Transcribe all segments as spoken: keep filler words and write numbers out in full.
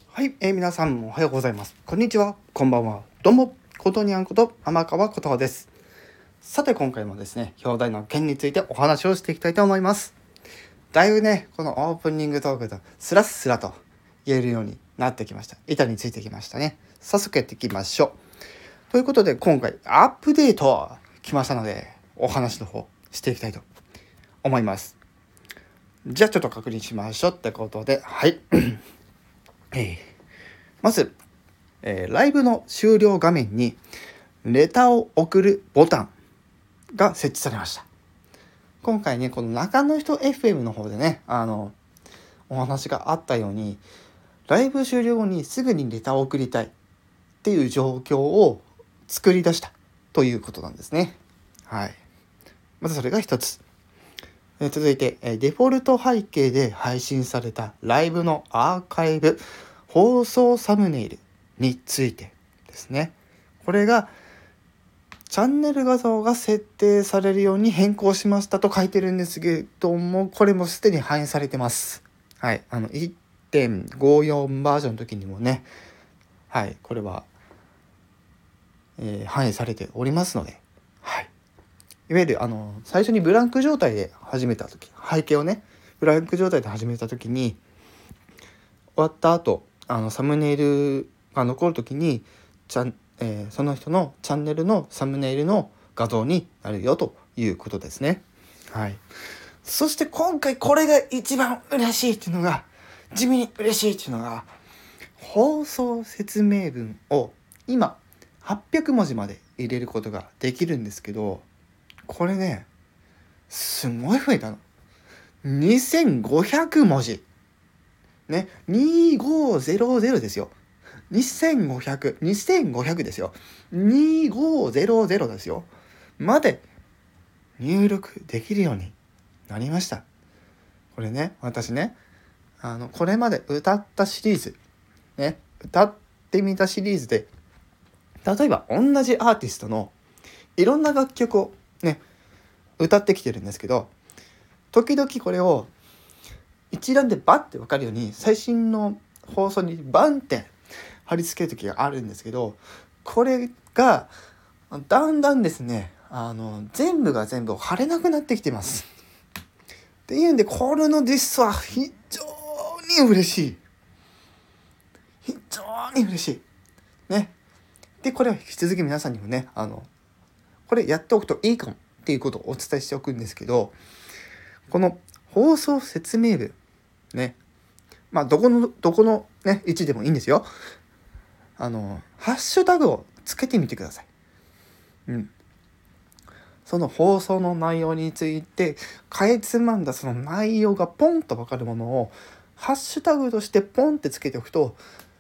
はい、えー、皆さんおはようございます。こんにちは、こんばんは。どうも、ことにゃんこと天川ことです。さて今回もですね、表題の件についてお話をしていきたいと思います。だいぶね、このオープニングトークとスラスラと言えるようになってきました。板についてきましたね。早速やっていきましょう。ということで今回アップデート来ましたので、お話の方していきたいと思います。じゃあちょっと確認しましょうってことで、はい。えー、まず、えー、ライブの終了画面にレターを送るボタンが設置されました。今回ね、この中の人 エフエム の方でね、あのお話があったように、ライブ終了後にすぐにレターを送りたいっていう状況を作り出したということなんですね。はい。まずそれが一つ。えー、続いて、えー、デフォルト背景で配信されたライブのアーカイブ放送サムネイルについてですね。これがチャンネル画像が設定されるように変更しましたと書いてるんですけども、これもすでに反映されてます。はい、あの いってんごよん バージョンの時にもね、はい、これは、えー、反映されておりますので、はい、いわゆるあの最初にブランク状態で始めた時、背景をねブランク状態で始めた時に、終わった後あのサムネイルが残る時にちゃん、えー、その人のチャンネルのサムネイルの画像になるよということですね。はい。そして今回これが一番嬉しいっていうのが、地味に嬉しいっていうのが、放送説明文を今はっぴゃくもじまで入れることができるんですけど、これねすごい増えたの。にせんごひゃくもじね、にせんごひゃくですよ。にせんごひゃく、にせんごひゃくですよ。にせんごひゃくですよ。まで入力できるようになりました。これね、私ね、あのこれまで歌ったシリーズ、ね、歌ってみたシリーズで、例えば同じアーティストのいろんな楽曲をね歌ってきてるんですけど、時々これを一覧でバッて分かるように最新の放送にバンって貼り付ける時があるんですけど、これがだんだんですね、あの全部が全部貼れなくなってきてます。っていうんで、これの実は非常に嬉しい。非常に嬉しい。ね。で、これは引き続き皆さんにもね、あの、これやっておくといいかもっていうことをお伝えしておくんですけど、この放送説明文、ね。まあ、どこの、どこのね、位置でもいいんですよ。あの、ハッシュタグをつけてみてください。うん。その放送の内容についてかいつまんだその内容がポンと分かるものをハッシュタグとしてポンってつけておくと、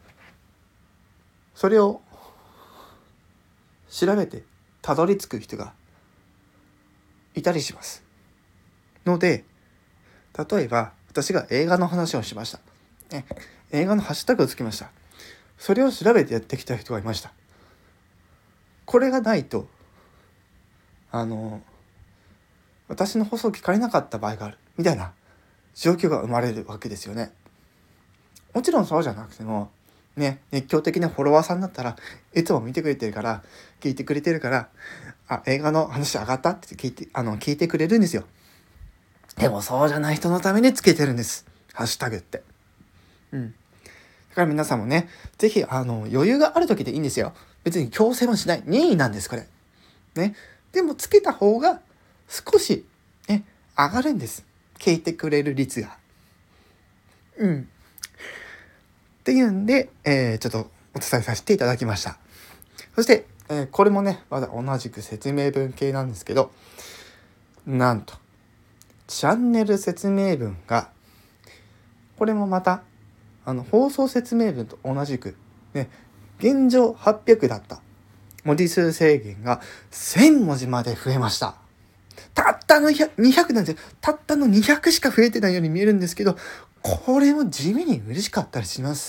それを調べてたどり着く人がいたりしますので、例えば私が映画の話をしました、ね、映画のハッシュタグをつけました。それを調べてやってきた人がいました。これがないとあの私の放送を聞かれなかった場合があるみたいな状況が生まれるわけですよね。もちろんそうじゃなくてもね、熱狂的なフォロワーさんだったらいつも見てくれてるから聞いてくれてるからあ映画の話上がったって聞いてあの聞いてくれるんですよ。でもそうじゃない人のためにつけてるんですハッシュタグって。うんだから皆さんもね、ぜひあの余裕がある時でいいんですよ。別に強制もしない、任意なんですこれね。でもつけた方が少しね上がるんです、聞いてくれる率が。うんっていうんで、えー、ちょっとお伝えさせていただきました。そして、えー、これもねまだ同じく説明文系なんですけど、なんとチャンネル説明文がこれもまたあの放送説明文と同じくね、現状はっぴゃくだった文字数制限がせんもじまで増えました。たったのにひゃくなんですよ。たったのにひゃくしか増えてないように見えるんですけど、これも地味に嬉しかったりします。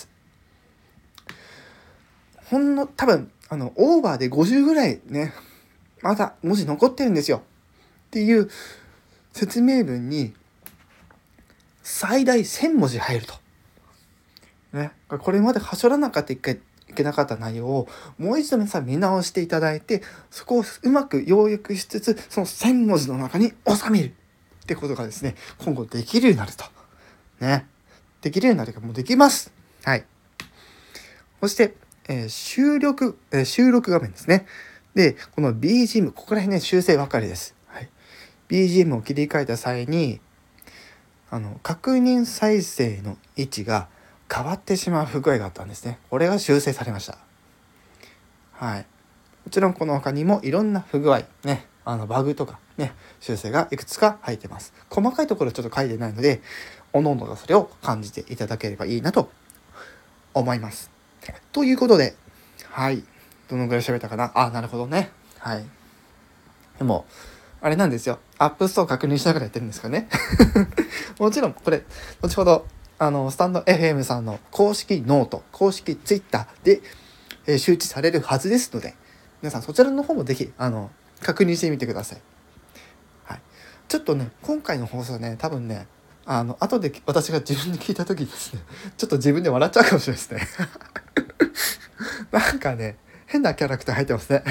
ほんの多分あのオーバーでごじゅうぐらいねまだ文字残ってるんですよっていう説明文に最大せんもじ入るとね、これまではしょらなかったいけいけなかった内容をもう一度皆さん見直していただいて、そこをうまく要約しつつ、そのせん文字の中に収めるってことがですね、今後できるようになると。ね。できるようになるかもうできます。はい。そして、えー、収録、えー、収録画面ですね。で、この ビージーエム、ここら辺ね、修正ばかりです。はい。ビージーエム を切り替えた際に、あの、確認再生の位置が変わってしまう不具合があったんですね。これが修正されました。はい。もちろんこの他にもいろんな不具合、ね、あのバグとかね、修正がいくつか入ってます。細かいところちょっと書いてないので、おのおのがそれを感じていただければいいなと思います。ということで、はい。どのぐらい喋ったかなあ、なるほどね。はい。でも、あれなんですよ。アップストア確認しながらやってるんですかね。もちろん、これ、後ほど、あの、スタンド エフエム さんの公式ノート、公式ツイッターで、えー、周知されるはずですので、皆さんそちらの方もぜひ、あの、確認してみてください。はい。ちょっとね、今回の放送ね、多分ね、あの、後で私が自分で聞いた時ですね、ちょっと自分で笑っちゃうかもしれないですね。なんかね、変なキャラクター入ってますね。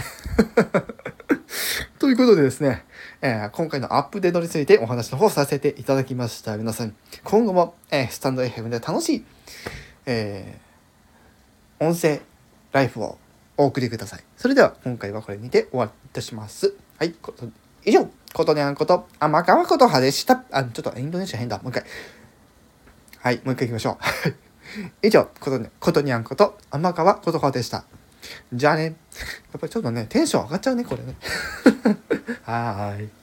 ということでですね、えー、今回のアップデートについてお話の方させていただきました。皆さん、今後も、えー、スタンド エフエム で楽しい、えー、音声ライフをお送りください。それでは今回はこれにて終わりいたします。はい、以上、ことにゃんこと天川ことはでした。あ、ちょっとインドネシア変だ。もう一回。はい、もう一回行きましょう。以上、ことに、ことにゃんこと天川ことはでした。じゃあね。やっぱりちょっとね、テンション上がっちゃうね、これね。はーい。